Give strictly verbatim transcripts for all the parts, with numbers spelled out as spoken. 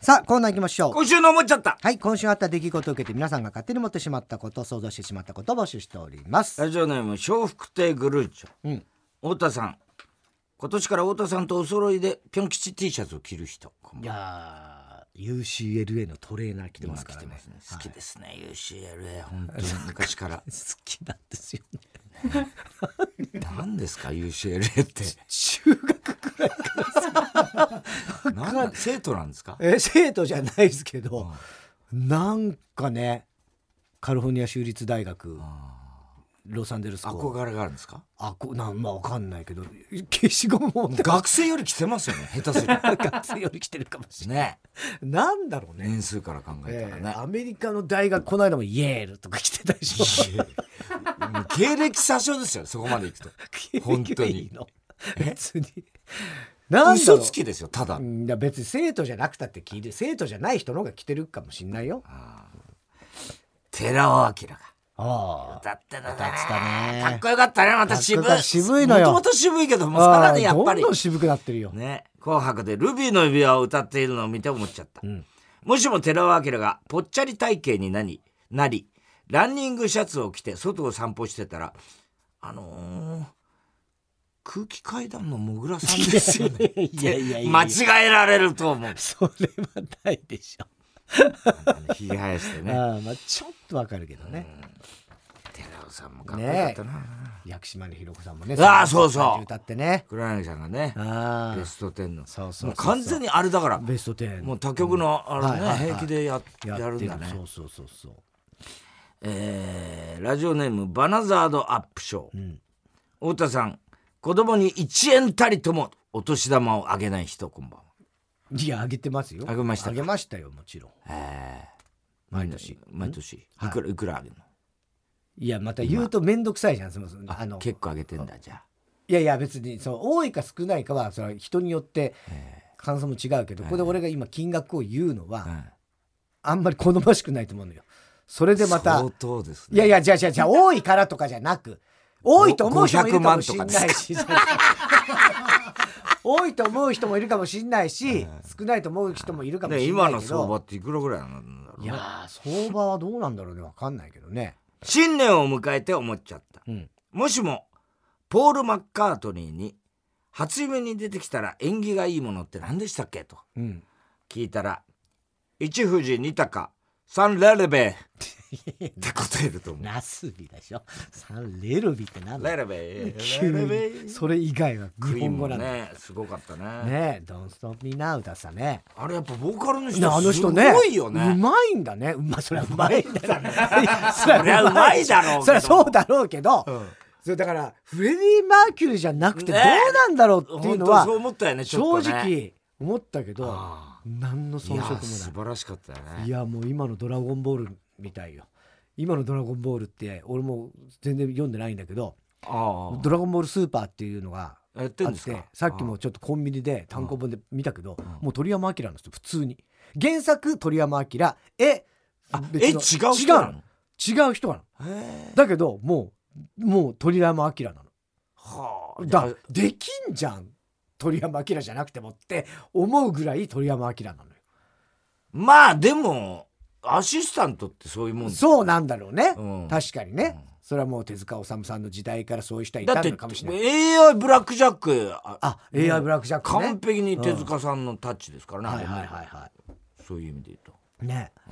さあコーナー行きましょう。 今週の思っちゃった。 はい、今週あった出来事を受けて皆さんが勝手に持ってしまったこと、想像してしまったことを募集しております。 ラジオネーム笑福亭グルーチョ、 うん、 太田さん、今年から太田さんとお揃いでピョン吉 T シャツを着る人。 いや ユーシーエルエー のトレーナー着てますから ね, ね好きですね、はい、ユーシーエルエー 本当に昔から好きなんですよね何ですか ユーシーエルエー って中学くらいからなん生徒なんですか？ え生徒じゃないですけど、うん、なんかねカリフォルニア州立大学ロサンゼルス校憧れがあるんですか？ あこなんまあ分かんないけど消しゴム持って学生より着てますよね下手する学生より着てるかもしれないね。なんだろうね年数から考えたらね、 えー、アメリカの大学この間もイエールとか着てたでしょ経歴詐称ですよそこまで行くと本当に別に嘘つきですよただ。 いや別に生徒じゃなくたって着る生徒じゃない人の方が着てるかもしんないよ。 あ寺尾明があ歌ってたね。 歌ってたね。 かっこよかったね。また渋い。 渋いのよ。 もともと渋いけどもさらにやっぱりどんどん渋くなってるよ。 ね。紅白でルビーの指輪を歌っているのを見て思っちゃった。うん、もしも寺尾明がぽっちゃり体型になり、なりランニングシャツを着て外を散歩してたら、あのー、空気階段のもぐらさんですよね。いやいやいや間違えられると思う。 それはないでしょ。 ひげ生やしてね。 あ、まあ、ちょっとわかるけどね。 寺尾さんもかっこよかったな、ね、 薬師丸ひろ子さんもねああそうそう歌ってね黒柳さんがねあベストテンのそうそうそうそうもう完全にあれだからベストテンもう他局のあれね、 うんはいはいはい、 平気で や, やるんだね。 そうそうそうそう、 えー、ラジオネームバナザードアップショー、うん、太田さん子供にいちえんたりともお年玉をあげない人こんばんは。 いやあげてますよ。 あげましたあげましたよもちろん、 えー、 毎年毎年いくら、はい、いくらあげるの？いやまた言うとめんどくさいじゃん。そのああの結構あげてんだじゃあ。 いやいや別にその多いか少ないかはそれは人によって感想も違うけど、ここで俺が今金額を言うのはあんまり好ましくないと思うのよ。それでまた相当ですね。 いやいやじゃあじゃあじゃあ多いからとかじゃなく多いと思う人もいるかもしれないし多いと思う人もいるかもしれないし、少ないと思う人もいるかもしれないけど、 ね、今の相場っていくらぐらいなんだろうね。 いや相場はどうなんだろうね、分かんないけどね。 新年を迎えて思っちゃった、うん、もしもポール・マッカートニーに初夢に出てきたら縁起がいいものって何でしたっけと、うん、聞いたら一富士二鷹三レルベって答えると思う。 ナスビでしょ。三レルビって何だ。 レルベ急にそれ以外は日本語なんだね。すごかったね。 ねえ Don't Stop Me Now 歌さね。 あれやっぱボーカルの人あの人ねすごいよね。 うまいんだね。まあそれはうまいんだね。 それはうまいだろうけど。 それはそうだろうけど、うん、それだからフレディ・マーキュリーじゃなくてどうなんだろうっていうのは、 ね、そう思ったよね。ちょっとね正直思ったけど。何の遜色もない。 素晴らしかったよね。 いやもう今のドラゴンボールみたいよ。今のドラゴンボールって俺も全然読んでないんだけど、あドラゴンボールスーパーっていうのがあってさっきもちょっとコンビニで単行本で見たけど、もう鳥山明なんですよ普通に。原作鳥山明、えあえ違う人なの？ 違う人なの。だけどもうもう鳥山明なの。はあ、だできんじゃん鳥山明じゃなくてもって思うぐらい鳥山明なのよ。 まあでもアシスタントってそういうもんそうなんだろうね、うん、確かにね、うん、それはもう手塚治虫さんの時代からそういう人はいたのかもしれない。 だって エーアイ ブラックジャックあ, あ エーアイ ブラックジャック、ね、 完璧に手塚さんのタッチですからね、うん、 はいはいはいはい、 そういう意味で言うとね、うん、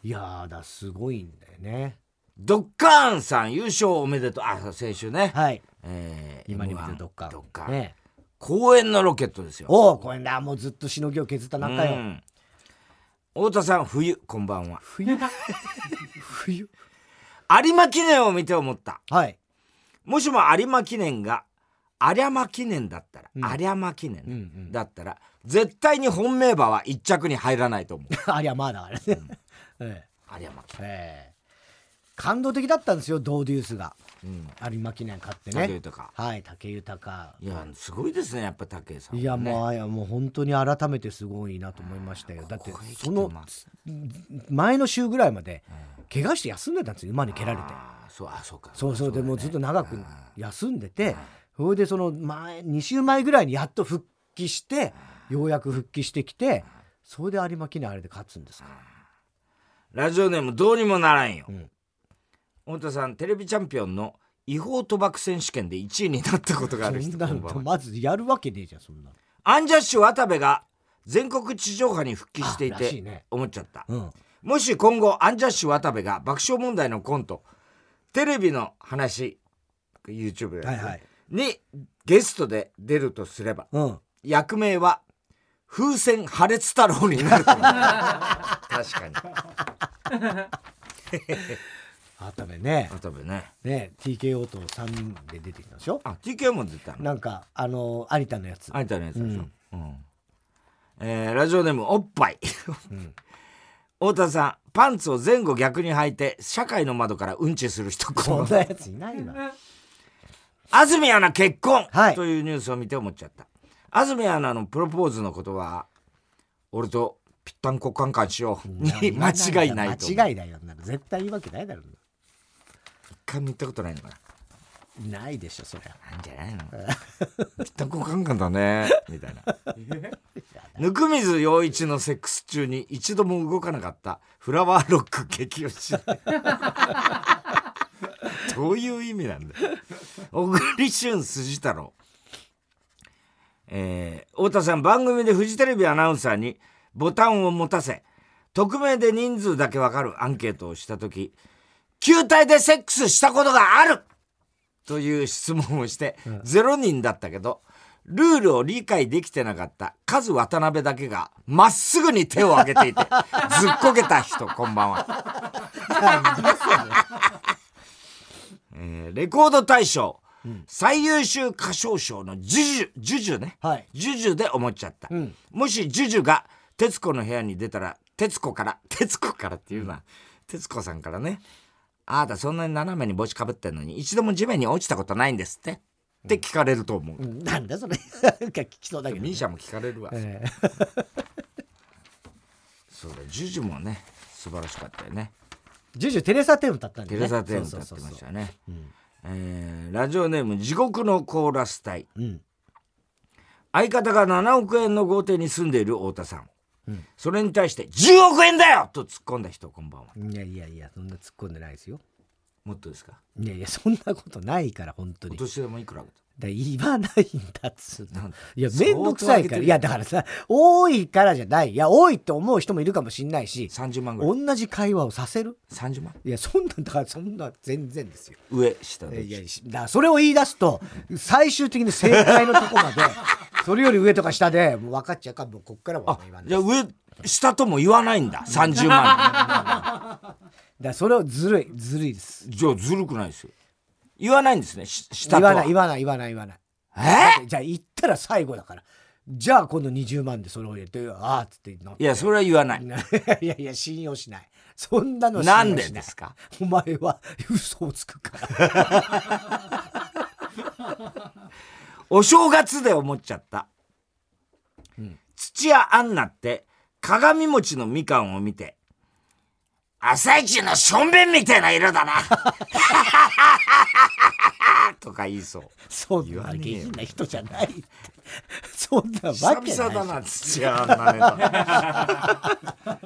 いやだすごいんだよね。 ドッカーンさん優勝おめでとう。あ先週ね、 はい、 えー、今に見てドッカーン、 ドッカーン、 ね、 公園のロケットですよ。 おお公園だ。もうずっとしのぎを削った中よ、うん、 太田さん冬こんばんは。 冬冬有馬記念を見て思った、 はい、 もしも有馬記念が有馬記念だったら、うん、有馬記念、うんうん、だったら絶対に本命馬は一着に入らないと思う有馬だからね、 うんええ、有馬記念、ええ、感動的だったんですよドーデュースが、うん、有馬記念勝ってね。 武豊、 はい武豊、 いやすごいですねやっぱ武さん、ね、 いやもういやもう本当に改めてすごいなと思いましたよ。だってその前の週ぐらいまで怪我して休んでたんですよ馬に蹴られて。 あそうあそうかそうそうでもうずっと長く休んでて、それでその前に週前ぐらいにやっと復帰してようやく復帰してきてそれで有馬記念あれで勝つんですか。 ラジオネームどうにもならんよ、うん、太田さんテレビチャンピオンの違法賭博選手権でいちいになったことがある人。 まずやるわけねえじゃんそんな。 アンジャッシュ渡部が全国地上波に復帰していて、ね、思っちゃった、うん、もし今後アンジャッシュ渡部が爆笑問題のコントテレビの話 YouTube で、はいはい、にゲストで出るとすれば、うん、役名は風船破裂太郎になると思う確かに渡部ね渡部ねね ティーケーオー とさんにんで出てきたでしょ。 あ ティーケーオー も出たの。 なんかあの有田のやつ有田のやつでしょ、うんうんえー、ラジオネームおっぱい、うん、太田さんパンツを前後逆に履いて社会の窓からうんちする人。 そんなやついないわ。 安住アナ結婚、はい、というニュースを見て思っちゃった。安住アナのプロポーズのことは俺とぴったんこカンカンしように間違いないと思う。 間違いだよな。絶対言うわけないだろうな。 一回も言ったことないのかな。ないでしょそりゃ。 なんじゃないのぴったんこカンカンだねみたいな温水洋一のセックス中に一度も動かなかったフラワーロック激推しどういう意味なんだよ。小栗旬筋太郎、えー、太田さん番組でフジテレビアナウンサーにボタンを持たせ匿名で人数だけ分かるアンケートをしたとき球体でセックスしたことがあるという質問をしてゼロにんだったけど、ルールを理解できてなかったカズ渡辺だけがまっすぐに手を挙げていてずっこけた人こんばんはえー、レコード大賞、うん、最優秀歌唱賞のジュジュジュジュね、はい、ジュジュで思っちゃった、うん、もしジュジュが徹子の部屋に出たら徹子から徹子からっていうな、うん、徹子さんからね、あなたそんなに斜めに帽子かぶってんのに一度も地面に落ちたことないんですって、うん、って聞かれると思う、 うん、なんだそれ聞きそうだけど、ね、 ミーシャも聞かれるわ、えー、そうだジュジュもね素晴らしかったよね。 ジュジュテレサテン歌ったんでね。 テレサテン歌ってましたね。えー、ラジオネーム地獄のコーラス隊、うん、相方がななおくえんの豪邸に住んでいる太田さん、うん、それに対してじゅうおくえんだよと突っ込んだ人こんばんは。 いやいやいやそんな突っ込んでないですよ。 もっとですか。 いやいやそんなことないから本当に。 お年玉いくらだ言わないんだっつうの。いやめんどくさいから。いやだからさ多いからじゃない。いや多いって思う人もいるかもしんないしさんじゅうまんぐらい同じ会話をさせるさんじゅうまん。 いやそんなだからそんな全然ですよ。 上下で。 いやだからそれを言い出すと最終的に正解のとこまでそれより上とか下でもう分かっちゃうからもうこっからは言わない。 じゃあ上下とも言わないんださんじゅうまんだからそれをずるいずるいです。 じゃあずるくないですよ。言わないんですね下とは。言わない言わない言わない言わない。 えー、 じゃあ言ったら最後だからじゃあ今度にじゅうまんでそれを入れてあーっつってなって。 いやそれは言わないいやいや信用しない。そんなの信用しない。 なんでですか。 お前は嘘をつくからお正月で思っちゃった、うん、土屋アンナって鏡餅のみかんを見て朝一のしょんべんみたいな色だなとか言いそう。 そんな下品な人じゃないそんなわけない。 久々だな土屋アンナネタ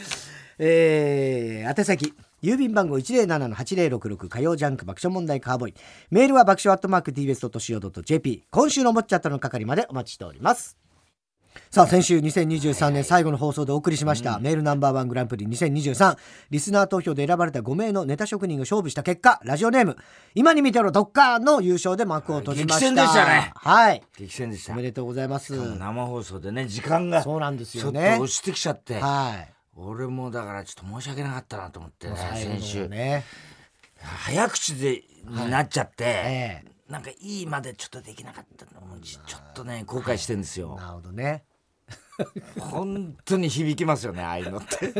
えー、宛先郵便番号 いちゼロななのはちゼロろくろく 火曜ジャンク爆笑問題カーボーイ。メールは爆笑アットマーク ティービーエスドットシーオードットジェーピー。 今週の思っちゃったの係までお待ちしております。さあ先週にせんにじゅうさんねん最後の放送でお送りしました、うん、メールナンバーワングランプリにせんにじゅうさんリスナー投票で選ばれたごめいのネタ職人が勝負した結果ラジオネーム今に見てろドッカーンの優勝で幕を閉じました。 激戦でしたね。 はい激戦でした。 おめでとうございます。 生放送でね時間がそうなんですよねちょっと押してきちゃって、 はい、 俺もだからちょっと申し訳なかったなと思ってね先週ね早口でになっちゃって、はいえー、なんかいいまでちょっとできなかったのもちょっとね後悔してるんですよ、 はい、なるほどね本当に響きますよねああいうのって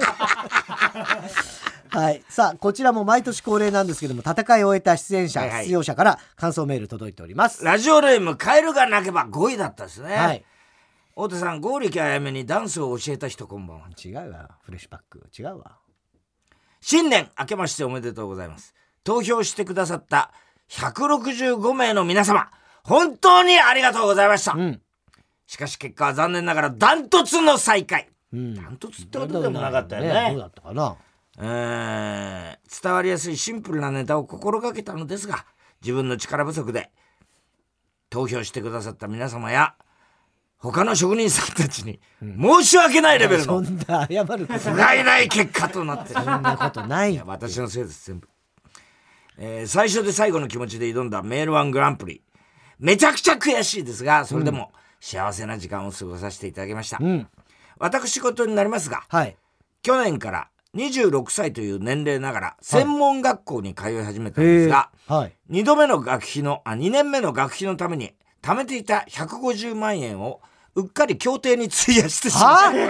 はい、さあこちらも毎年恒例なんですけども戦いを終えた出演者、はいはい、出場者から感想メール届いております。 ラジオネームカエルが鳴けばごいだったですね、はい、太田さん剛力あやめにダンスを教えた人こんばんは。 違うわフレッシュパック違うわ。 新年明けましておめでとうございます。投票してくださったひゃくろくじゅうごめいの皆様本当にありがとうございました、うん、しかし結果は残念ながらダントツの最下位。 ダントツってことでもなかったよね。 どうだったかな。 えー、伝わりやすいシンプルなネタを心がけたのですが、自分の力不足で投票してくださった皆様や他の職人さんたちに申し訳ないレベルの、 うん、そんな謝ること不甲斐ない結果となってる。 そんなことない。 いや私のせいです全部。えー、最初で最後の気持ちで挑んだメールワングランプリ、めちゃくちゃ悔しいですが、それでも幸せな時間を過ごさせていただきました、うん、私事になりますが、はい、去年からにじゅうろくさいという年齢ながら専門学校に通い始めたんですが、はい、にどめの学費のあにねんめの学費のために貯めていたひゃくごじゅうまんえんをうっかり競艇に費やしてしまった。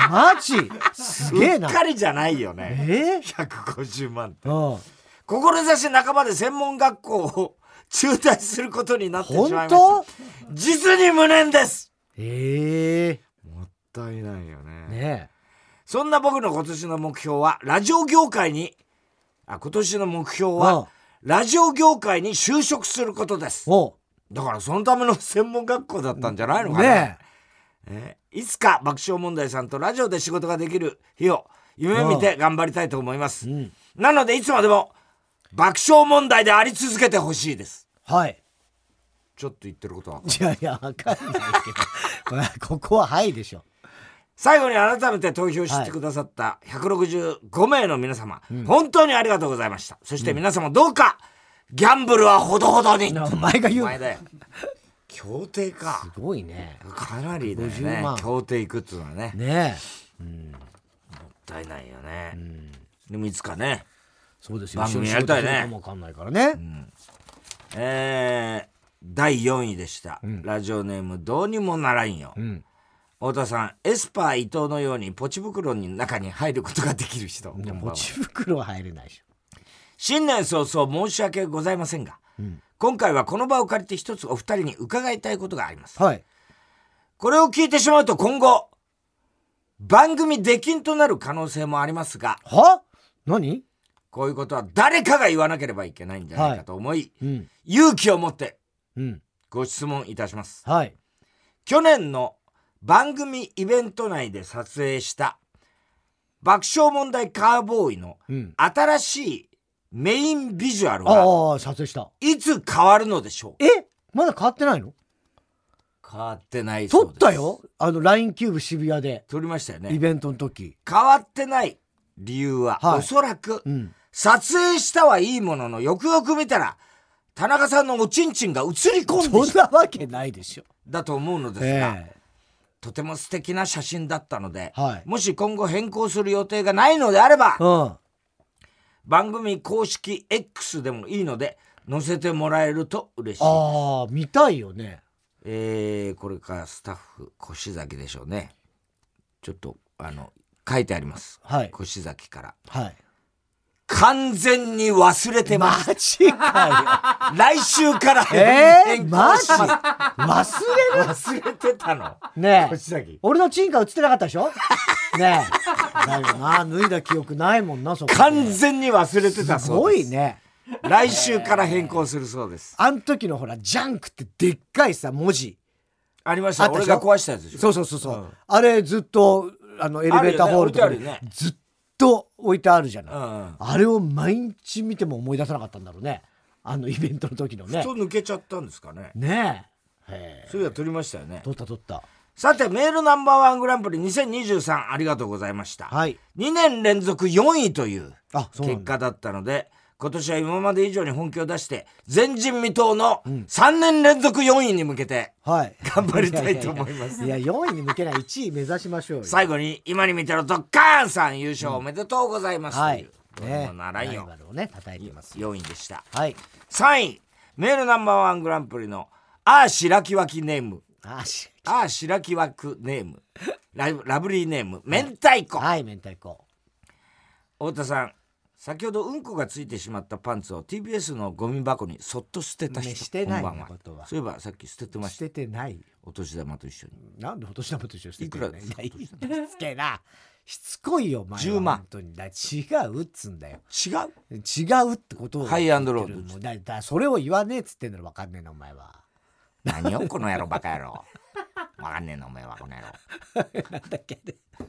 マジすげえな。 うっかりじゃないよね、えー、ひゃくごじゅうまんって。志半ばで専門学校を中退することになってしまいました。本当？実に無念です。 えー、もったいないよね。 ねえ。 そんな僕の今年の目標はラジオ業界にあ今年の目標はラジオ業界に就職することです。おだからそのための専門学校だったんじゃないのかな、ねえー、いつか爆笑問題さんとラジオで仕事ができる日を夢見て頑張りたいと思います、うん、なのでいつまでも爆笑問題であり続けてほしいです。 はい。 ちょっと言ってることは。 いやいや分かんないけどここははいでしょ。 最後に改めて投票してくださったひゃくろくじゅうごめいの皆様、はい、本当にありがとうございました。そして皆様どうかギャンブルはほどほどに。 お前が言う。 お前だよ。競艇か。 すごいね。 かなりだよね。競艇行くっつうのはね。 ねえ、 うん、もったいないよね、うん、でもいつかね。 そうですよ。 番組やりたいね。 もわかんないからね、うん、 えー、だいよんいでした、うん、ラジオネームどうにもならんよ、うん、太田さん、エスパー伊藤のようにポチ袋の中に入ることができる人。 ポチ袋は入れないでしょ。 新年早々申し訳ございませんが、うん、今回はこの場を借りて一つお二人に伺いたいことがあります、はい、これを聞いてしまうと今後番組出禁となる可能性もありますが、 は？何？ こういうことは誰かが言わなければいけないんじゃないかと思い、はい、うん、勇気を持ってご質問いたします、はい、去年の番組イベント内で撮影した爆笑問題カーボーイの新しいメインビジュアルは、 ああ撮影したいつ変わるのでしょう。 えまだ変わってないの？ 変わってないそうです。 撮ったよ、あの ライン キューブ渋谷で撮りましたよね、 イベントの時。 変わってない理由は、はい、おそらく、うん、撮影したはいいもののよくよく見たら田中さんのおちんちんが映り込んでそんなわけないでしょだと思うのですが、えー、とても素敵な写真だったので、はい、もし今後変更する予定がないのであれば、うん、番組公式 X でもいいので載せてもらえると嬉しいです。 ああ見たいよね。 えー、これからスタッフ越崎でしょうね。ちょっとあの書いてあります、はい、越崎から、はい、完全に忘れてます。 マジかよ来週から変更します、えー、マジ忘れる忘れてたのねえ。俺のチンカ映ってなかったでしょねえだよな、脱いだ記憶ないもんな。そこ完全に忘れてたそうです。 すごいね。 来週から変更するそうです。 あん時のほらジャンクってでっかいさ文字ありました。俺が壊したやつでしょ。 そうそうそうそう、うん、あれずっとあのエレベーターホールとかで、ね、ずっと置いてあるじゃない、うんうん、あれを毎日見ても思い出さなかったんだろうね、あのイベントの時のね。 ふと抜けちゃったんですかね。 ねえ、 それは撮りましたよね。 撮った撮った。 さてメールナンバーワングランプリにせんにじゅうさんありがとうございました、はい、にねん連続よんいという結果だったので、今年は今まで以上に本気を出して前人未到のさんねん連続よんいに向けて頑張りたいと思います。 いやいやいやいやよんいに向けないいちい目指しましょうよ。 最後に今に見てろドッカーンさん優勝おめでとうございます、うん、という、 はいね、ライバルをね叩いてます。 よんいでした、 はい、 さんいメールナンバーワングランプリのあー白木脇ネームああ白木枠ネームラ, ラブリーネーム明太子。 はい明太子。 太田さん、先ほどうんこがついてしまったパンツを ティービーエス のゴミ箱にそっと捨てた人、ね、 してないことは。 そういえばさっき捨ててました。 捨ててない。 お年玉と一緒に。 なんでお年玉と一緒に捨ててるの？いくらですか？ しつけえな、しつこいよお前は。 じゅうまん。 本当にだ違うっつんだよ。 違う違うってことをハイアンドロードだだそれを言わねえっつってんの分かんねえなお前は。 何よこの野郎バカ野郎。分かんねえなお前はこの野郎。 なんだっけ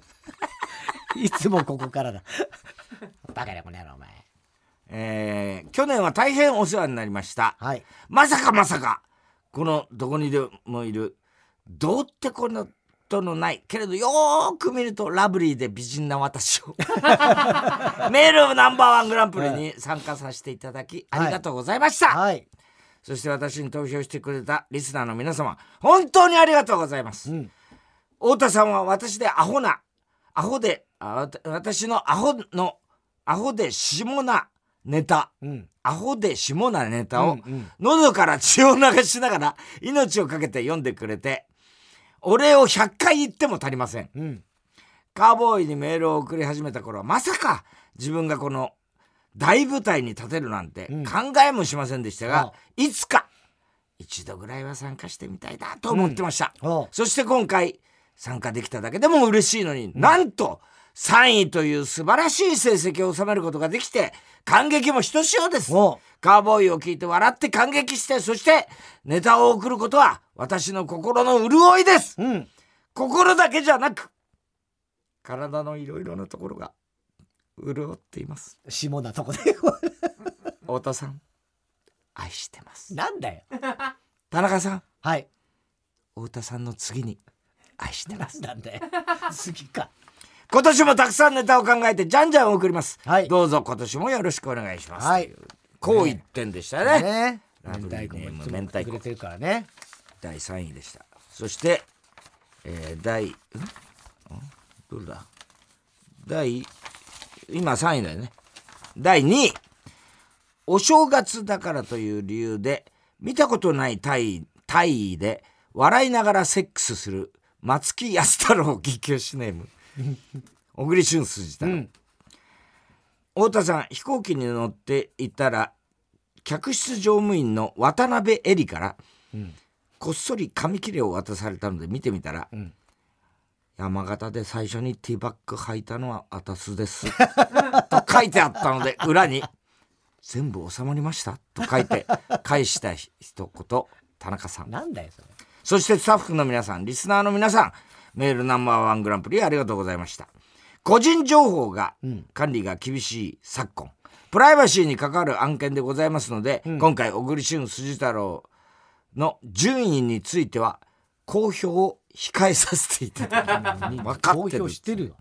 いつもここからだバカなこの野郎お前。 えー、去年は大変お世話になりました、 はい、 まさかまさかこのどこにでもいるどうってこのとのないけれどよーく見るとラブリーで美人な私をメールナンバーワングランプリに参加させていただき、はい、ありがとうございました、はい、そして私に投票してくれたリスナーの皆様本当にありがとうございます、うん、太田さんは私でアホなアホであ私のアホのアホで下なネタ、うん、アホで下なネタを、うんうん、喉から血を流しながら命をかけて読んでくれてお礼をひゃっかい言っても足りません、うん、カーボーイにメールを送り始めた頃はまさか自分がこの大舞台に立てるなんて考えもしませんでしたが、うん、いつか一度ぐらいは参加してみたいなと思ってました、うん、そして今回参加できただけでも嬉しいのに、うん、なんとさんいという素晴らしい成績を収めることができて感激もひとしおです。カーボーイを聞いて笑って感激してそしてネタを送ることは私の心の潤いです、うん、心だけじゃなく体のいろいろなところが潤っています。 下なとこで太田さん愛してます。 なんだよ田中さん、 はい、 太田さんの次に愛してます。 なんだよ次か。 今年もたくさんネタを考えてじゃんじゃん送ります、はい、どうぞ今年もよろしくお願いします、はい、こう一点でしたね。ね明太子もいつもくれてるからね。 だいさんいでした。そして、えー、第んどれだ第今さんいだよね。だいにいお正月だからという理由で見たことない大意で笑いながらセックスする松木安太郎激推しネーム小栗旬筋太郎、うん、太田さん飛行機に乗っていたら客室乗務員の渡辺恵里から、うん、こっそり紙切れを渡されたので見てみたら、うん、山形で最初にティーバッグ履いたのはあたすですと書いてあったので裏に全部収まりましたと書いて返した一言田中さん。 なんだよそれ。 そしてスタッフの皆さんリスナーの皆さんメールナンバーワングランプリありがとうございました。個人情報が、うん、管理が厳しい昨今プライバシーに関わる案件でございますので、うん、今回小栗旬筋太郎の順位については公表を控えさせていただきます。分かってる。 公表してるよ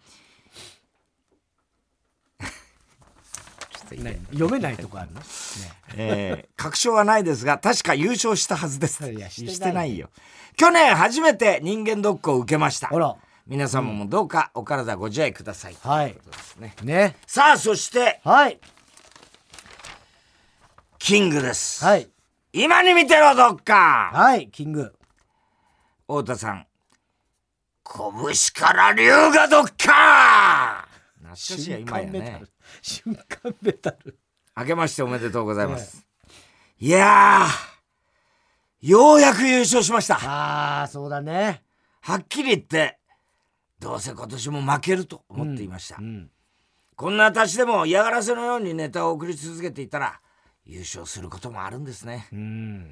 ね、読めないとこあるの、ねえー、確証はないですが確か優勝したはずです。いやしてない、してないよ。去年初めて人間ドックを受けました。 あら皆様もどうかお体ご自愛ください、 はい、 ということですね。 ね。 さあそして、 はい、 キングです、 はい、 今に見てろどっか。 はいキング太田さん拳から龍がどっか。懐かしいや今やね。 瞬間メタル明けましておめでとうございます、はい、いやーようやく優勝しました。 あーそうだね。 はっきり言ってどうせ今年も負けると思っていました、うんうん、こんな私でも嫌がらせのようにネタを送り続けていたら優勝することもあるんですね、うん、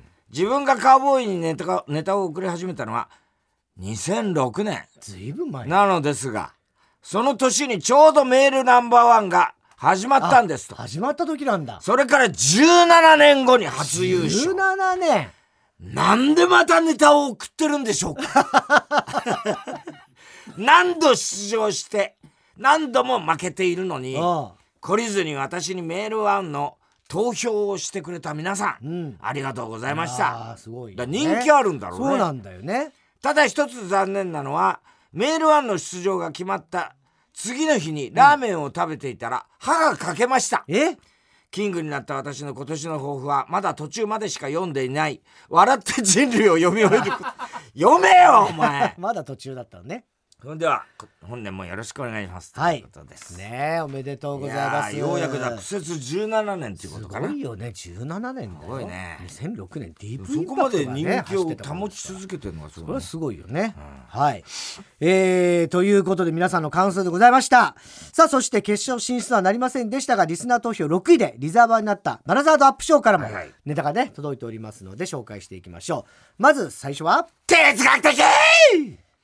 自分がカウボーイにネタ、ネタを送り始めたのはにせんろくねんずいぶん前なのですがその年にちょうどメールナンバーワンが始まったんですと。 始まった時なんだ。 それからじゅうななねんごに初優勝。 じゅうななねんなんでまたネタを送ってるんでしょうか何度出場して何度も負けているのに懲りずに私にメールワンの投票をしてくれた皆さん、うん、ありがとうございました。 あすごい、ね、 だ人気あるんだろうね。 そうなんだよね。 ただ一つ残念なのはメールワンの出場が決まった次の日にラーメンを食べていたら歯が欠けました、 うん、えキングになった私の今年の抱負はまだ途中までしか読んでいない笑って人類を読み終えること読めよお前まだ途中だったのね。 それでは本年もよろしくお願いします、 はい、 ということですね。おめでとうございます。 ようやくだ苦節じゅうななねんっていうことかな。 すごいよね。じゅうななねんだよ。 すごいね。 にせんろくねんディープインパクトが、ね、そこまで人気を保ち続けてるのがすごい、ね、 それはすごいよね、うん、はい、えー、ということで皆さんの感想でございました。さあそして決勝進出はなりませんでしたがリスナー投票ろくいでリザーバーになったマナザードアップショーからもネタがね届いておりますので紹介していきましょう。まず最初は哲学的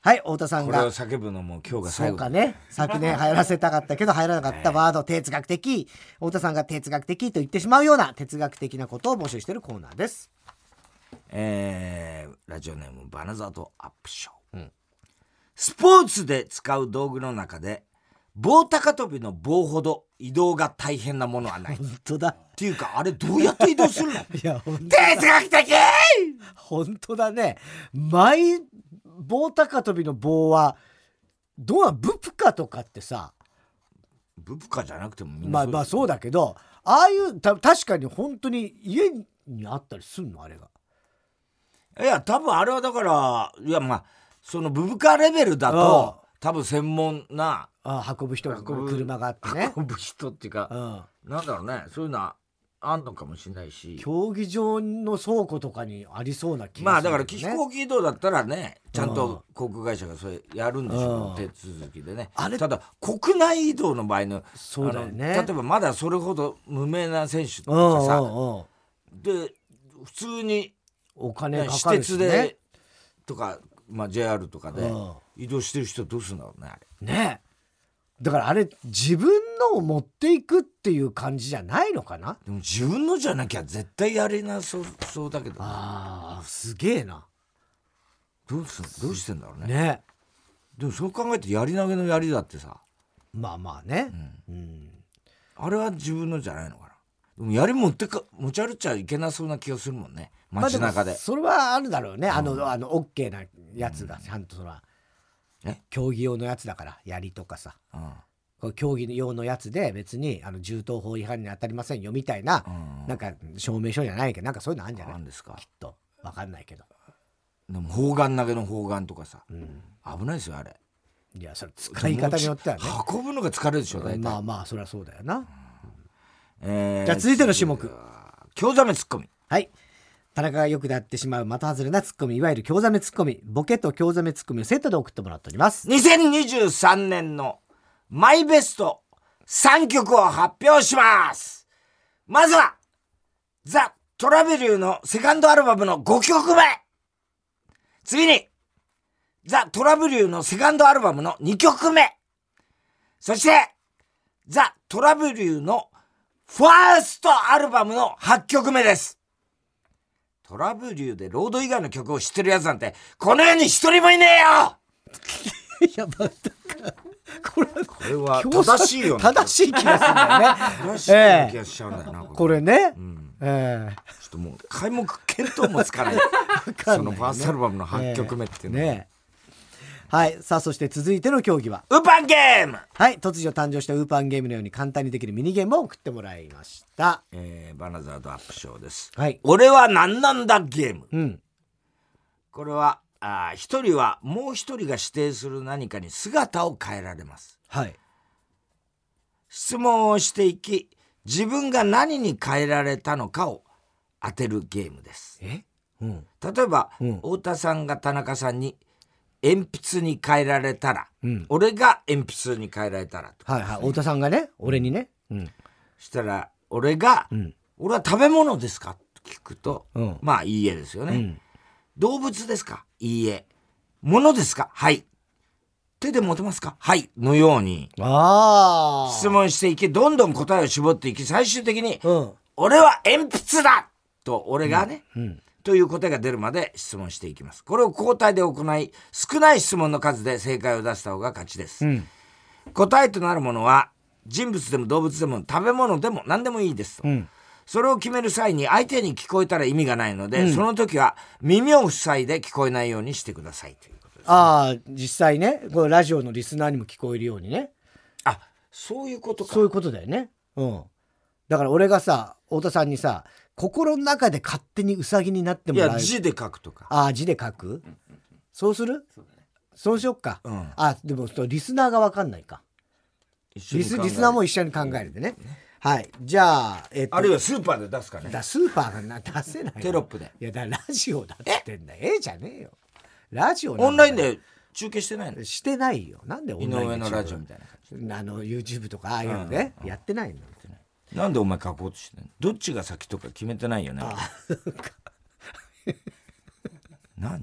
はい、太田さんがこれを叫ぶのも今日が最後。 そうかね、昨年流行らせたかったけど流行らなかったワード、哲学的、太田さんが哲学的と言ってしまうような哲学的なことを募集しているコーナーです。 えー、ラジオネームバナザードアップショー、うん、スポーツで使う道具の中で棒高跳びの棒ほど移動が大変なものはない。 本当だ。 っていうかあれどうやって移動するの？いや哲学的。 本当だね。マイ棒高跳びの棒はどうなの？ブプカとかってさ、 ブプカじゃなくてもみんなまあまあそうだけど、ああいうた確かに本当に家にあったりするのあれが。 いや多分あれはだからいやまあそのブプカレベルだと多分専門なあ運ぶ人が運ぶ車があってね、 運ぶ人っていうか、うん、なんだろうね、そういうのはあんのかもしれないし、 競技場の倉庫とかにありそうな気がする、ね、 まあだから飛行機移動だったらねちゃんと航空会社がそれやるんでしょう、うん、手続きでね。あれただ国内移動の場合のそうだよね、 例えばまだそれほど無名な選手とかさ、で普通にお金かかるし、ね、 私鉄でとか、まあ、ジェイアール とかで移動してる人どうするんだろうねあれね。だからあれ自分のを持っていくっていう感じじゃないのかな。 でも自分のじゃなきゃ絶対やれなそう、そうだけど、ね、 あーすげえな。 どうすんどうしてんだろうね。 ねでもそう考えてやり投げのやりだってさ、 まあまあね、 うんうん、あれは自分のじゃないのかな。でもやり持ってか持ち歩っちゃいけなそうな気がするもんね街中で、まあ、でそれはあるだろうね、うん、あのあのオッケーなやつがちゃんとそら、うん、え競技用のやつだから槍とかさ、うん、これ競技用のやつで別にあの銃刀法違反に当たりませんよみたいな、うん、なんか証明書じゃないけどなんかそういうのあるんじゃない？ なんですかきっと分かんないけど。 でも砲丸投げの砲丸とかさ、うん、危ないですよあれ。 いやそれ使い方によってはね運ぶのが疲れるでしょ大体。 まあまあそりゃそうだよな、うんえー、 じゃあ続いての種目、 興ざめツッコミ。 はい、田中がよくやってしまう的外れなツッコミ、いわゆる興ざめツッコミ、ボケと興ざめツッコミをセットで送ってもらっております。 にせんにじゅうさんねんのマイベストさんきょくを発表します。まずはザ・トラベリューのセカンドアルバムのごきょくめ、次にザ・トラベリューのセカンドアルバムのにきょくめ、そしてザ・トラベリューのファーストアルバムのはっきょくめです。トラブリューでロード以外の曲を知ってるやつなんてこの世に一人もいねえよ。 いやまたかこれ、 これは正しいよね。 正しい気がするんだよね。 正しい気がしちゃうんだよな、えー、 これね、 うんえー、 ちょっともう皆目見当もつかない、ね、そのファーストアルバムのはっきょくめっていうのは、えーね、 はい。さあそして続いての競技はウーパンゲーム。 はい、突如誕生したウーパンゲームのように簡単にできるミニゲームを送ってもらいました、 えー、バナザードアップショーです、 はい、 俺は何なんだゲーム、 うん、 これはあ一人はもう一人が指定する何かに姿を変えられます、 はい、 質問をしていき自分が何に変えられたのかを当てるゲームです。 え、うん、 例えば、うん、太田さんが田中さんに鉛筆に変えられたら、うん、俺が鉛筆に変えられたらと、 はいはい、太田さんがね俺にね、うん、 したら俺が、うん、俺は食べ物ですかと聞くと、うん、まあいいえですよね、うん、動物ですか、いいえ、物ですか、はい、手で持てますか、はいのようにあ質問していきどんどん答えを絞っていき最終的に、うん、俺は鉛筆だと俺がね、うんうんという答えが出るまで質問していきます。これを交代で行い少ない質問の数で正解を出した方が勝ちです、うん、答えとなるものは人物でも動物でも食べ物でも何でもいいですと、うん、それを決める際に相手に聞こえたら意味がないので、うん、その時は耳を塞いで聞こえないようにしてくださいということです、ね、 ああ実際ねこれラジオのリスナーにも聞こえるようにね。 あそういうことか。 そういうことだよね、うん、だから俺がさ太田さんにさ心の中で勝手にウサギになってもらう。いや字で書くとか。 ああ字で書く、うんうん、そうする そうだ、ね、そうしよっか、うん、あでもリスナーが分かんないか。リス、リスナーも一緒に考えるでね、うん、はいじゃあ、えっと、 あるいはスーパーで出すかね。 だスーパーが出せないテロップで。 いやだラジオだっつってんだよ。ええじゃねえよラジオなんだ。 オンラインで中継してないの。 してないよ。なんでオンラインで井上のラジオみたいな感じあの YouTube とかああいうのね、うん、やってないの。 なんでお前書こうとしてんの。どっちが先とか決めてないよね。何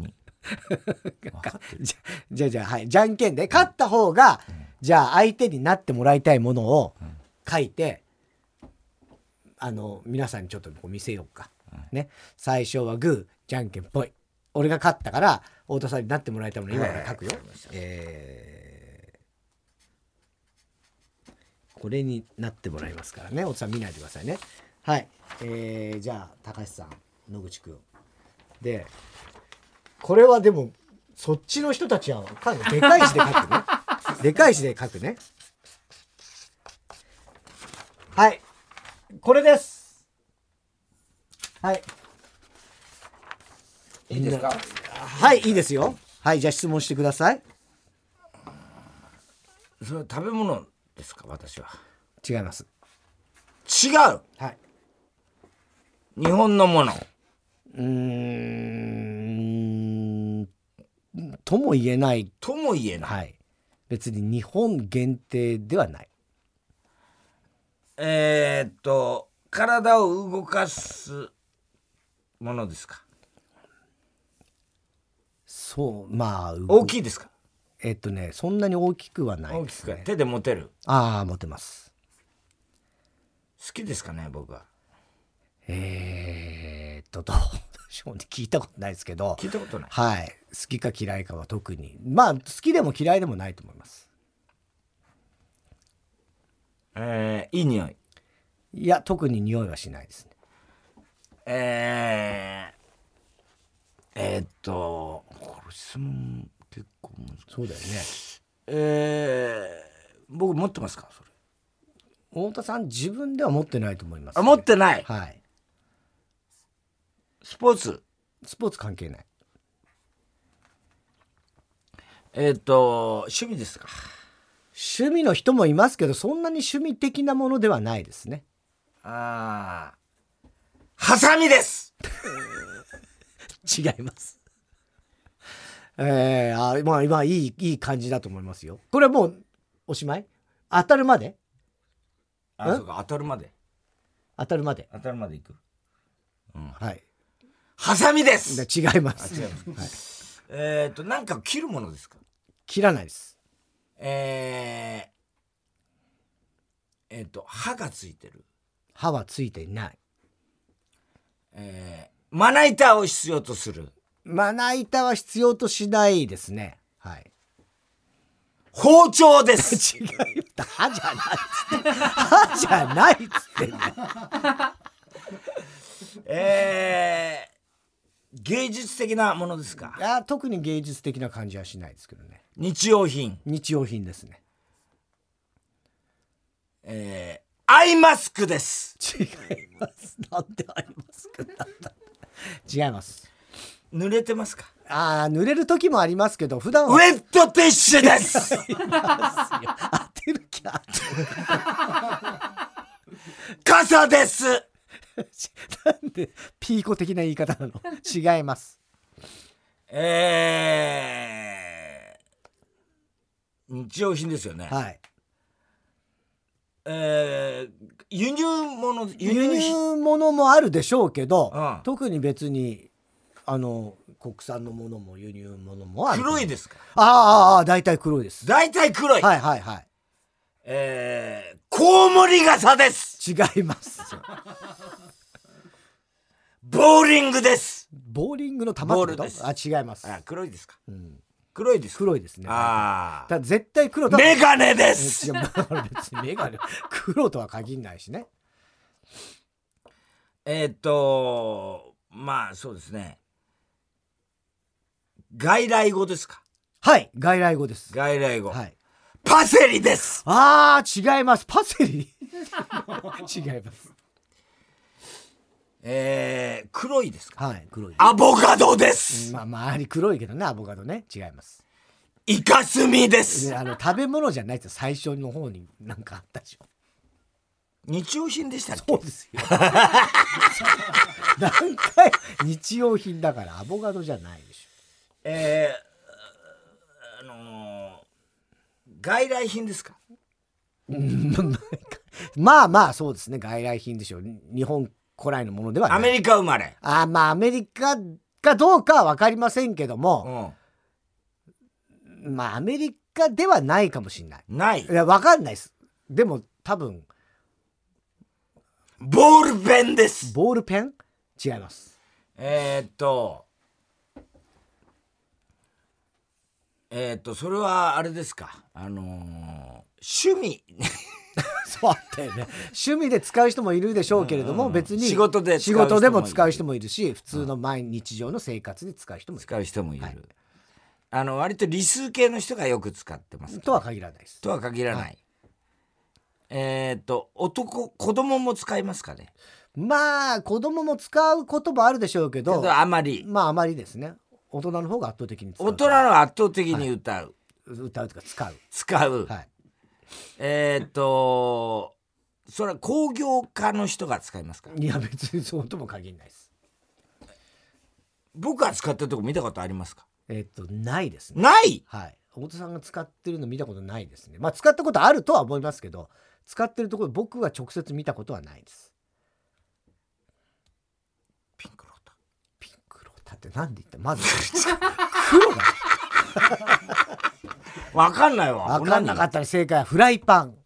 分かってる。 じゃじゃあじゃあはいじゃんけんで勝った方が、うん、じゃあ相手になってもらいたいものを書いて、うん、あの皆さんにちょっとこう見せようか、うん、ね。最初はグーじゃんけんぽい。俺が勝ったから太田さんになってもらいたいもの今から書くよ、えー、これになってもらいますからね。太田さん見ないでくださいね。はい、えー、じゃあ高橋さん野口くんで、これはでもそっちの人たちはでかい字で書くねでかい字で書くね。はい、これです。はい、 いいですか。 はい、いいですよ。はい、じゃあ質問してください。 それは食べ物ですか。私は違います。 違う。 はい、 日本のもの。 うーんとも言えないとも言えない、 はい、別に日本限定ではない。 えー、っと体を動かすものですか。 そう、まあ大きいですか。 えー、っとねそんなに大きくはないですね。 大きく手で持てる。 ああ持てます。 好きですかね。僕はえー、っとどう聞いたことないですけど。 聞いたことない。 はい、好きか嫌いかは特に、まあ好きでも嫌いでもないと思います。 えー、いい匂い。 いや特に匂いはしないですね。 えー、えー、っとこれ質問結構難しい。 そうだよね。 えー、僕持ってますか。それ太田さん自分では持ってないと思います、ね。 あ持ってない。 はい。 スポーツ。 スポーツ関係ない。 えっと趣味ですか。 趣味の人もいますけどそんなに趣味的なものではないですね。 ああハサミです違います。えー、あまあ今いいいい感じだと思いますよ。これはもうおしまい。当たるまで。 あそうか当たるまで当たるまで当たるまでいく、 うん、はい。 ハサミです。 違います。 違います、はい、えっとなんか切るものですか。 切らないです。 えー、えっと刃がついてる。 刃はついていない。 えー、まな板を必要とする。 まな板は必要としないですね。はい。 包丁です。 違う。歯じゃないっつって。歯じゃないっつってね。 えー、芸術的なものですか。 いや特に芸術的な感じはしないですけどね。 日用品。 日用品ですね。 えー、アイマスクです。 違います。なんでアイマスクなんだ。違います。 濡れてますか。 ああ濡れる時もありますけど普段はウェットティッシュです。 当てる気あ傘です。 なんでピーコ的な言い方なの。違います。 えー、日用品ですよね。 はい。 えー、輸入物輸入物もあるでしょうけど、 うん、 特に別にあの国産のものも輸入物もある。 黒いですか。 ああ大体黒いです。 大体黒い。 はいはいはい。 えー、コウモリ傘です。 違います。 ボーリングです。 ボーリングの球ってこと？あ違います。 あ黒いですか。 うん、 黒いです。 黒いですね。 ああ。 だ絶対黒と。 メガネです。 いや別にメガネ黒とは限らないしね。 えー、っとまあそうですね。外来語ですか。 はい外来語です。 外来語。 はい。 パセリです。 あー違います。パセリ違います。 えー、黒いですか。 はい黒いです。 アボカドです。 まあ周り黒いけどねアボカドね。違います。 イカスミです。 あの食べ物じゃないって最初の方になんかあったでしょ。 日用品でしたっけ。 そうですよ。何回日用品だからアボカドじゃないでしょ。 えー、あのー、外来品ですか。 まあまあそうですね外来品でしょう。日本古来のものではない。 アメリカ生まれ。 あまあアメリカかどうかは分かりませんけども、うん、まあアメリカではないかもしれない。 ない。いや分かんないです。でも多分ボールペンです。 ボールペン？違います。 えー、っとえー、っとそれはあれですか、あのー、趣味そうだよね。趣味で使う人もいるでしょうけれども、うんうん、別に仕事で仕事でも使う人もいるし、普通の毎日常の生活で使う人もいる。 使う人もいる。はい、あの割と理数系の人がよく使ってます、ね。 とは限らないです。 とは限らない。はい、えー、っと男子供も使いますかね。 まあ子供も使うこともあるでしょうけど、 けどあまりまああまりですね。大人の方が圧倒的に使う。 大人の方が圧倒的に歌う。 はい、歌うとか使う。 使う。 はい。 えー、っとそれは工業家の人が使いますか。 いや別にそうとも限らないです。 僕が使ってるとこ見たことありますか。 えー、っとないですね。 ない。 はい。太田さんが使ってるの見たことないですね。まあ使ったことあるとは思いますけど、使ってるところ僕は直接見たことはないです。 ピンクロータ。 ピンクロータってなんで言った。まず黒だ。 わかんないわ。 わかんなかったら正解はフライパン。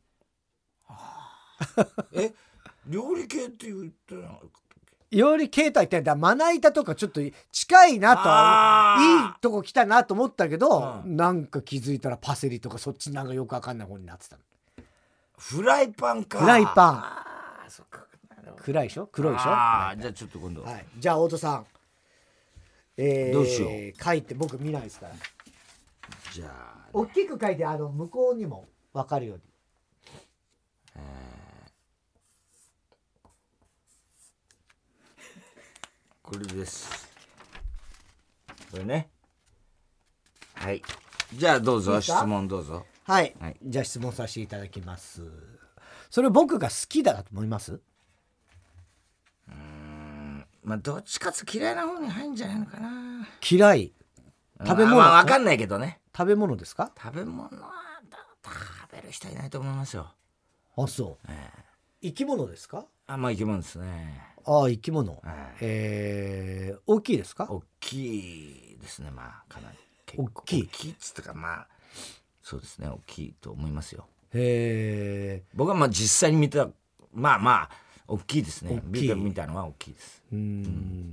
え、料理系って言ってなかったっけ。 料理系とは言ってんだ。まな板とかちょっと近いなと、いいとこ来たなと思ったけど、うん、なんか気づいたらパセリとかそっちなんかよくわかんない方になってたの。 フライパンか。 フライパン。あ、そっか。暗いでしょ、黒いでしょ。 あ、じゃあちょっと今度、 はい、じゃあ太田さん、えー、 どうしよう。 書いて、僕見ないですから。 じゃあ、ね、 大きく書いて、あの向こうにも分かるように。えー、これです。これね。はい。じゃあどうぞ。いい質問どうぞ。 はい、はい、じゃあ質問させていただきます。それ僕が好きだと思います？ うーん、まあどっちかつ嫌いな方に入るんじゃないのかな。 嫌い。食べ物。 まあ分かんないけどね。 食べ物ですか？ 食べ物は食べる人いないと思いますよ。 あ、そう。えー、生き物ですか？ あ、まあ生き物ですね。 ああ、生き物。 えー、 えー、大きいですか？ 大きいですね。まあかなり結構大きい。 大きいっつったか、まあそうですね、大きいと思いますよ。 へえ。 僕はまあ実際に見た、まあまあ大きいですね。見た見たのは大きいです。 うーん、うん、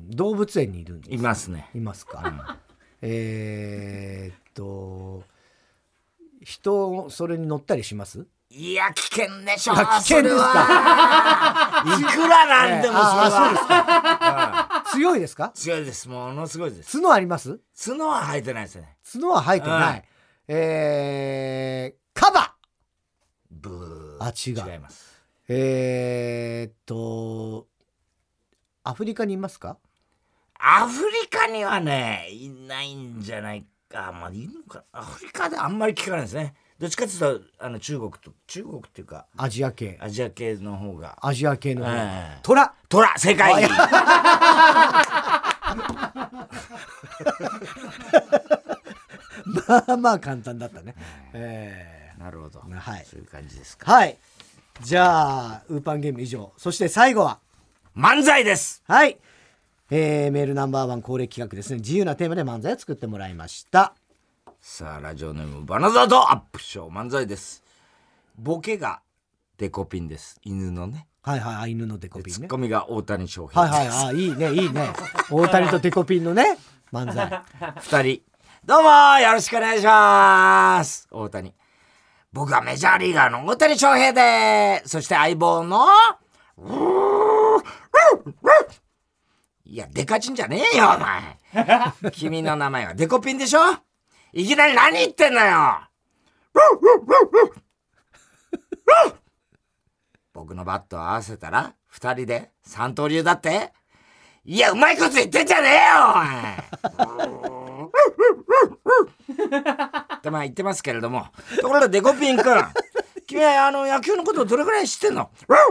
動物園にいるんですか？ いますね。 いますか。うん、えー、っと人それに乗ったりします？ いや危険でしょ。 危険ですか？ いくらなんでもそれは、えー、そうですか。強いですか？ 強いです。ものすごいです。 角あります？ 角は生えてないですね。 角は生えてない。えー、カバ。 ブー。 あ、違う。 違います。 えー、っとアフリカにいますか？ アフリカにはねいないんじゃないか。まあいるのか。アフリカであんまり聞かないですね。どっちかっていうとあの中国と中国っていうかアジア系アジア系の方がアジア系の方が、 えー、 トラトラ正解。 まあまあ簡単だったね。えー、なるほど、 はい、 そういう感じですか。 はい、じゃあウーパンゲーム以上、そして最後は漫才です。 はい、えー、メールナンバーワン恒例企画ですね。自由なテーマで漫才を作ってもらいました。 さあラジオネームバナザードアップショー漫才です。ボケがデコピンです。犬のね。 はいはい、犬のデコピンね。 ツッコミが大谷翔平です。 はいはい、あ、いいねいいね。大谷とデコピンのね漫才。 二人どうもよろしくお願いします。大谷、僕はメジャーリーガーの大谷翔平で、そして相棒のいやデカチンじゃねえよお前。君の名前はデコピンでしょ。いきなり何言ってんのよ。僕のバットを合わせたら二人で三刀流だって。いやうまいこと言ってんじゃねえよお前。ってまあ言ってますけれども、ところでデコピン君、君はあの野球のことをどれくらい知ってんの？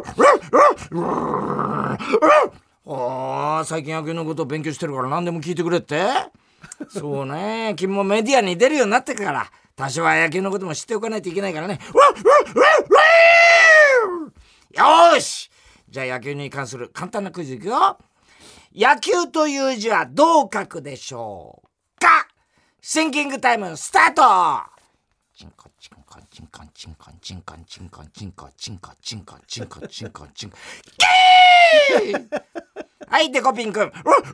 おー、最近野球のことを勉強してるから何でも聞いてくれって。そうね、君もメディアに出るようになってから多少は野球のことも知っておかないといけないからね。よーし、じゃあ野球に関する簡単なクイズいくよ。 野球という字はどう書くでしょうか。シンキングタイムスタート。チンコチンコチンコチンコチンコチンコチンコチンコチンコチンコチンコチンコキーはいデコピンくん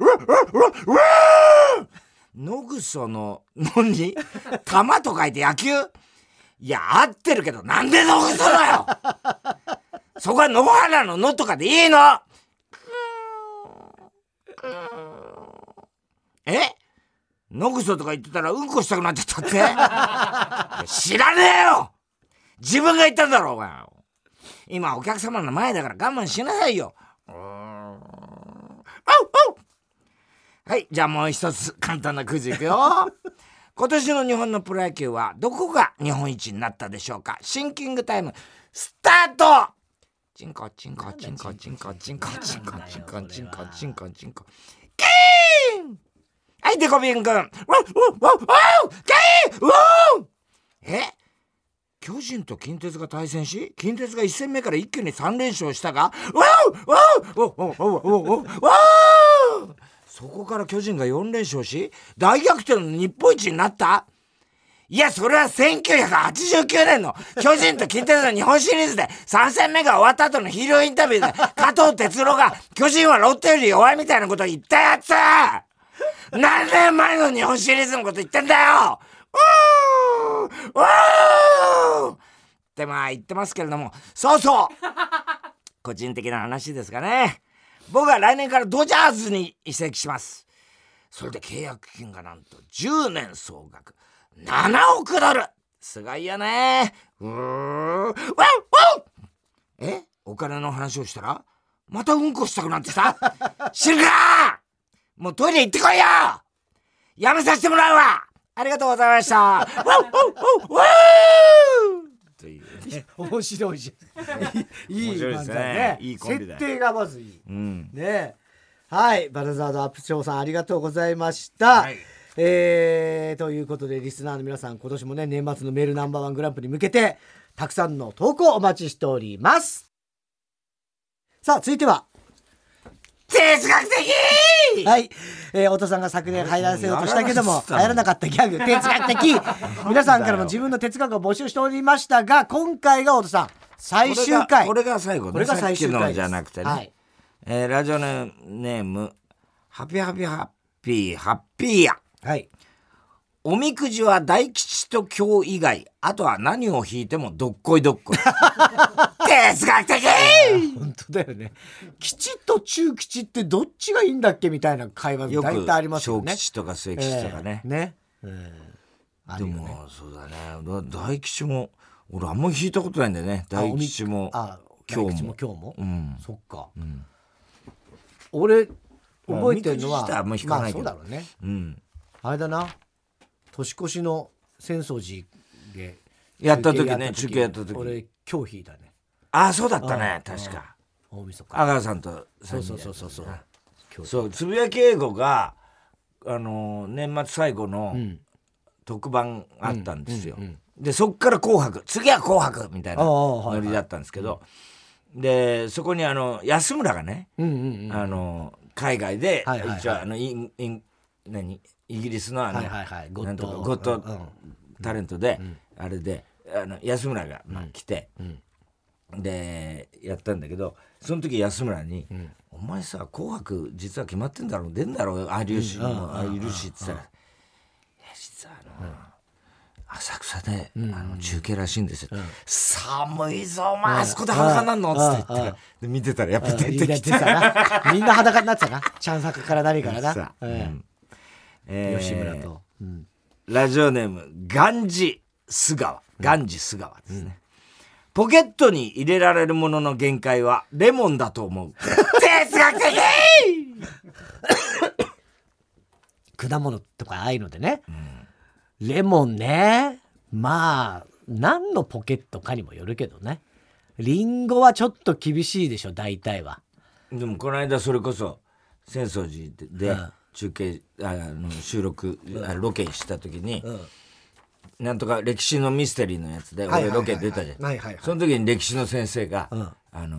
野草ののに玉と書いて野球。いや合ってるけどなんで野草だよそこは野原の野とかでいいの。え野草とか言ってたらうんこしたくなっちゃったって知らねえよ自分が言ったんだろうが。今お客様の前だから我慢しなさいよ。はい、じゃあもう一つ簡単なクイズいくよ今年の日本のプロ野球はどこが日本一になったでしょうか。シンキングタイムスタート。チンコチンコチンコチンコチンコチンコチンコチンコチンコチンコキーン。はいデコビンくんワンワンワンワンキーンワン。え巨人と近鉄が対戦し近鉄がいち戦目から一気にさん連勝したがワンワンワンワンワンワンワン。そこから巨人がよん連勝し大逆転の日本一になった。いやそれはせんきゅうひゃくはちじゅうきゅうねんの巨人と近鉄の日本シリーズでさん戦目が終わった後のヒーローインタビューで加藤哲郎が巨人はロッテより弱いみたいなことを言ったやつ。何年前の日本シリーズのこと言ってんだよ。うーうーってまあ言ってますけれども、そうそう個人的な話ですがね、僕は来年からドジャーズに移籍します。それで契約金がなんとじゅうねん総額ななおくドル。すごいよね。うーんワンワン。えお金の話をしたらまたうんこしたくなってきた知るか。もうトイレ行ってこいよ。やめさせてもらうわ。ありがとうございましたワンワンワンワンというね面白いじゃんいい漫才ね。いいコンビだよ。 設定がまずいい、 うん、 ね。はいバルザードアップショーさんありがとうございました、はい。えー、ということでリスナーの皆さん今年もね年末のメールナンバーワングランプリに向けてたくさんの投稿お待ちしております。さあ続いては哲学的。 はい、えー、太田さんが昨年入らせようとしたけども入らなかったギャグ哲学的皆さんからも自分の哲学を募集しておりましたが今回が太田さん最終回。 これが最後ね。 これが最終回です。 さっきのじゃなくてね、はい。えー、ラジオネームハピハピハッピーハッピーや。 はい。 おみくじは大吉と凶以外あとは何を引いてもどっこいどっこい哲学的。 本当だよね。吉と中吉ってどっちがいいんだっけみたいな会話が大体ありますよね。 小吉とか末吉とかね、 えー、ね、えー、でも、ね、そうだね大吉も俺あんまり引いたことないんだよね。大吉も今日も今日も、 うん、 そっか、 うん、 俺覚えてるのは、 まあ、あんま引かないけど、 まあ、そうだろうね、 うん、 あれだな年越しの浅草寺でやった時ね中継やった時俺今日引いたね。 ああそうだったね。確か大晦日阿川さんとそうそうそうそうそうそうつぶやき英語があのー、年末最後の特番あったんですよ、うんうんうんうん、でそっから紅白次は紅白みたいなノリだったんですけど、はいはい、でそこにあの安村がね、うんうんうん、あの海外で、はいはいはい、一応あのインイン何イギリスのあの、はいはいはい、ゴッドゴッド、うん、タレントで、うん、あれであの安村が、まあ、来て、うんうん、でやったんだけどその時安村に、うん、お前さ紅白実は決まってんだろう出んだろう有吉も有吉って言ったら、いや実はあの、うん、浅草で、うん、あの中継らしいんですよ、うん、寒いぞお前、うん、あそこで裸になんのっつって言ってで見てたらやっぱ出てきたみんな裸になってたなチャンサカから何からなさ、 うんえー、吉村と、うん、 ラジオネームガンジス川ガンジス川ですね、うん、ポケットに入れられるものの限界はレモンだと思う哲学的果物とかああいうのでね、うん、レモンねまあ何のポケットかにもよるけどねリンゴはちょっと厳しいでしょ大体は。 でもこの間それこそ浅草寺で、うん中継あの収録、うん、ロケした時に、うん、なんとか歴史のミステリーのやつで俺ロケ出たじゃん、その時に歴史の先生が、うん、あの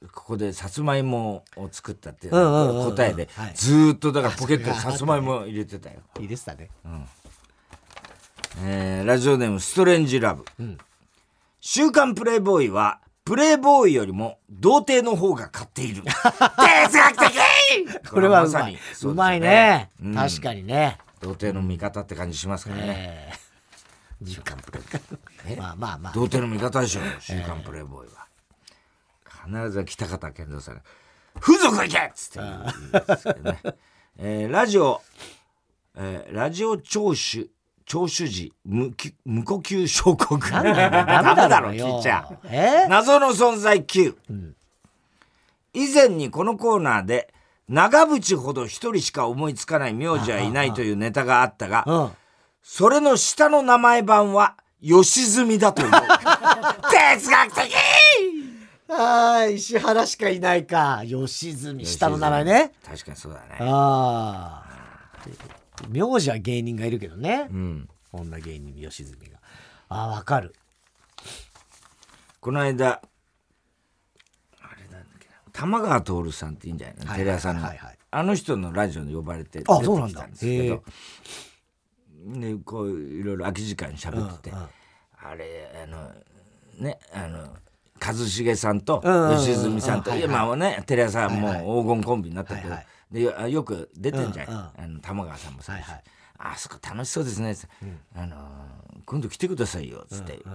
ここでさつまいもを作ったっていう答えで、ずっとだからポケットにさつまいも入れてたよ。 入れてたね、 うんえー、ラジオネームストレンジラブ、うん、週刊プレイボーイはプレイボーイよりも童貞の方が買っている哲学的これはうまい、うまいね、うん、確かにね、 童貞の味方って感じしますからね、えー、週刊プレイボーイまあまあまあ童貞の味方でしょ週刊プレイボーイは、えー、必ず北方健三さん風俗行けっつって言うんですけどね、えー、ラジオ、えー、ラジオ聴取聴取時 無, 無呼吸症候群ダメだろ聞いちゃう、えー、謎の存在 Q、うん、以前にこのコーナーで長渕ほど一人しか思いつかない名字はいないというネタがあったが、うん、それの下の名前版は吉住だと思う哲学的あ石原しかいないか吉住下の名前ね確かにそうだねあ名字は芸人がいるけどね、うん、女芸人吉住があ分かるこの間あれなんだっけな玉川徹さんっていいんじゃないの、はい、テレ朝の、はいはい、あの人のラジオに呼ばれて出てきたんですけどでこういろいろ空き時間に喋ってて、うんうん、あれあのねあの一茂さんと吉住さんと、うんうん、今はねテレ朝もう黄金コンビになったけど、はいはいでよく出てんじゃん、うんうん、あの玉川さんもさ、はいはい、あそこ楽しそうですね、うん、あの今度来てくださいよつって言って、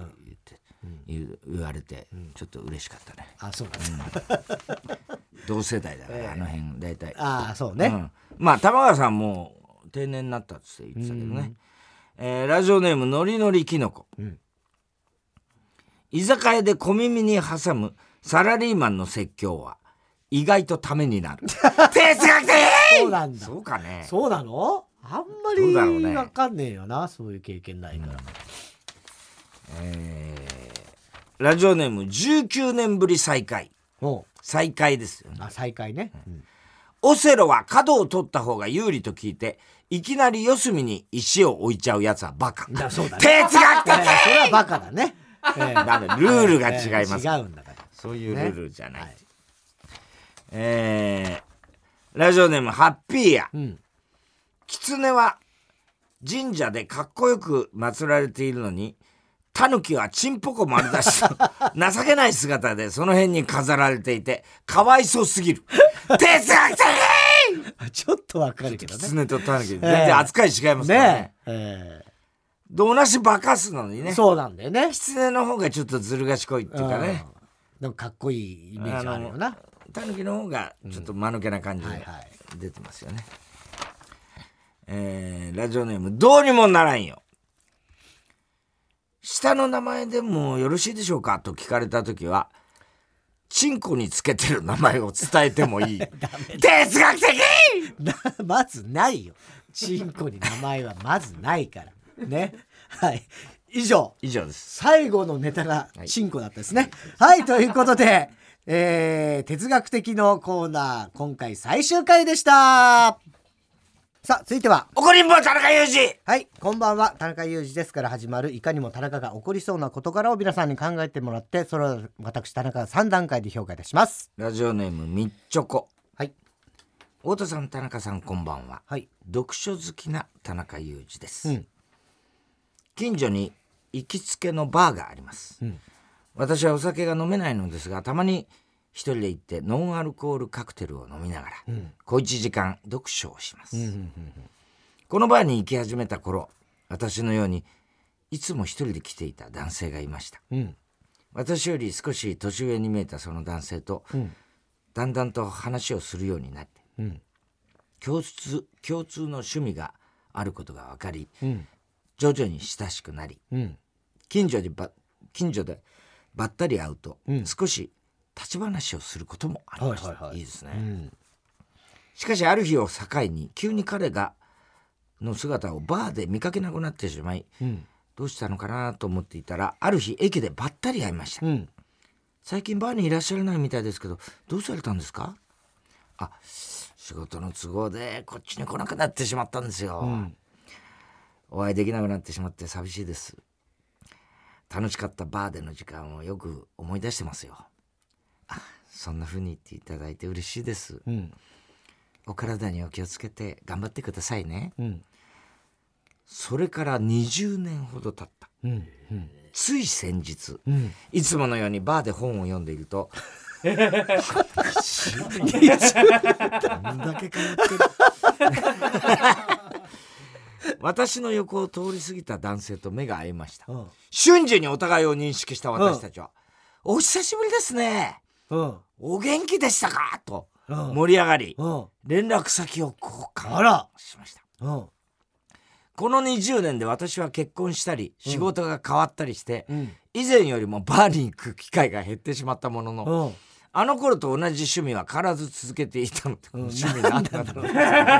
うんうん、言われて、うん、ちょっと嬉しかったねあそうなんですか、 うん、同世代だから、えー、あの辺大体あそうね、うん、 まあ玉川さんも定年になったって言ってたけどね、えー、ラジオネームのりのりきのこ、うん、居酒屋で小耳に挟むサラリーマンの説教は意外とためになる哲学的そうなんだそうかねそうなのあんまり分かんねえよな そ, う、ね、そういう経験ないから、うんえー、ラジオネームじゅうきゅうねんぶり再会再会ですよねあ再会ね、 うん、オセロは角を取った方が有利と聞いていきなり四隅に石を置いちゃうやつはバカだそうだ、ね、 哲学的、えー、 それはバカだね、 えー、なんだルールが違います、 えー、違うんだからそういうルールじゃない、ねはいえー、ラジオネームハッピーや、うん、狐は神社でかっこよく祀られているのにタヌキはチンポコ丸出し情けない姿でその辺に飾られていてかわいそうすぎる哲学的ちょっとわかるけどね狐とタヌキ全然扱い違いますからね、えーねえー同じバカすのにねそうなんだよね狐の方がちょっとずる賢いっていうかねでもかっこいいイメージあるよなタヌキの方がちょっと間抜けな感じが出てますよね、うんはいはいえー、ラジオネームどうにもならんよ下の名前でもよろしいでしょうかと聞かれた時はチンコにつけてる名前を伝えてもいい哲学的まずないよチンコに名前はまずないからねはい以上以上です最後のネタがチンコだったですねはい、はい、ということでえー、哲学的のコーナー今回最終回でした。さあ続いては怒りんぼ田中裕二はいこんばんは田中裕二ですから始まるいかにも田中が起こりそうな事柄を皆さんに考えてもらってそれを私田中がさん段階で評価いたします。 ラジオネームみっちょこはい太田さん田中さんこんばんは、 はい、 読書好きな田中裕二です、うん、近所に行きつけのバーがあります、うん、私はお酒が飲めないのですがたまに一人で行ってノンアルコールカクテルを飲みながら、うん、小一時間読書をします、うんうんうんうん、このバーに行き始めた頃私のようにいつも一人で来ていた男性がいました、うん、私より少し年上に見えたその男性と、うん、だんだんと話をするようになって、うん、共通、共通の趣味があることが分かり、うん、徐々に親しくなり、うん、近所でば近所でばったり会うと、うん、少し立ち話をすることもありました、はいはいはい、いいですね、うん、しかしある日を境に急に彼がの姿をバーで見かけなくなってしまい、うん、どうしたのかなと思っていたらある日駅でばったり会いました、うん、最近バーにいらっしゃらないみたいですけどどうされたんですか？あ、仕事の都合でこっちに来なくなってしまったんですよ、うん、お会いできなくなってしまって寂しいです。楽しかったバーでの時間をよく思い出してますよ。あ、 そんな風に言っていただいて嬉しいです、 うん、 お体にお気をつけて頑張ってくださいね、 うん、それからにじゅうねんほど経った、 うんうん、 つい先日、 うん、 いつものようにバーで本を読んでいるとどんだけ変わってる私の横を通り過ぎた男性と目が合いました、 うん、 瞬時にお互いを認識した私たちは、うん、お久しぶりですね、 うん、 お元気でしたかと盛り上がり、うん、連絡先を交換しました、うん、このにじゅうねんで私は結婚したり仕事が変わったりして、うん、以前よりもバーに行く機会が減ってしまったものの、うん、あの頃と同じ趣味は変わらず続けていたので、うん、趣味なんだろう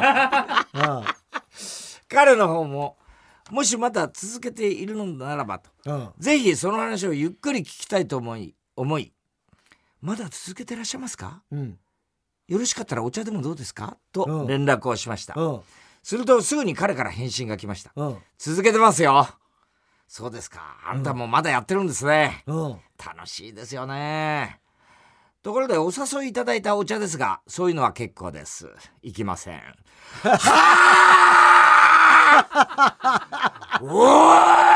彼の方ももしまた続けているのならばと、うん、ぜひその話をゆっくり聞きたいと思い思いまだ続けてらっしゃいますか、うん、よろしかったらお茶でもどうですかと連絡をしました、うん、するとすぐに彼から返信が来ました、うん、続けてますよ。そうですか、あんたもまだやってるんですね、うん、楽しいですよね。ところでお誘いいただいたお茶ですが、そういうのは結構です。行きません。はあお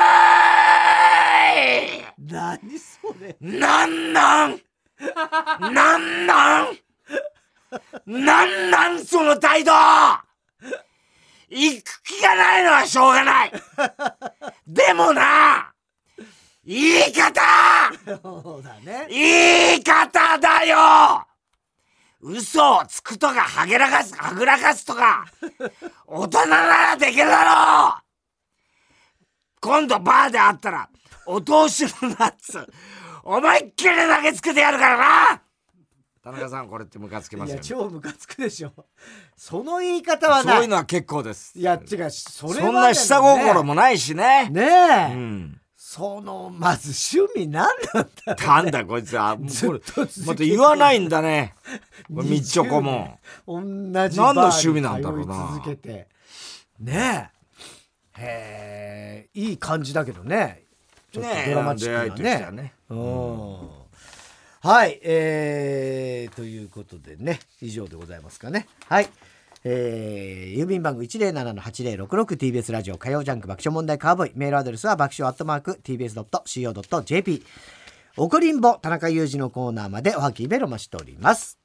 ーい何それなんなんなんなんなんなんその態度。行く気がないのはしょうがないでもな、言い方そうだね、 言い方だよ。嘘をつくとかはげらかすはぐらかすとか大人ならできるだろう。今度バーで会ったらお通しのナッツ思いっきり投げつけてやるからな。田中さん、これってムカつきますよね。 いや超ムカつくでしょその言い方はない。 そういうのは結構です。 いや違う、それは、ね、 そんな下心もないしね。 ねえ、うん、そのまず趣味何なんだろう、ね、 なんだこいつはもうまた言わないんだねみっちょこも同じバーに通い続けてねえ、へえ、いい感じだけどね、ちょっとドラマチックな ね, ね, ね、うん、はい、えー、ということでね、以上でございますかね。はい、えー、郵便番号 いちゼロななのはちゼロろくろく ティービーエス ラジオ火曜ジャンク爆笑問題カーボーイ、メールアドレスは爆笑アットマーク ティービーエスドットシーオードットジェーピー、 おこりんぼ田中裕二のコーナーまでおはきメロマしております。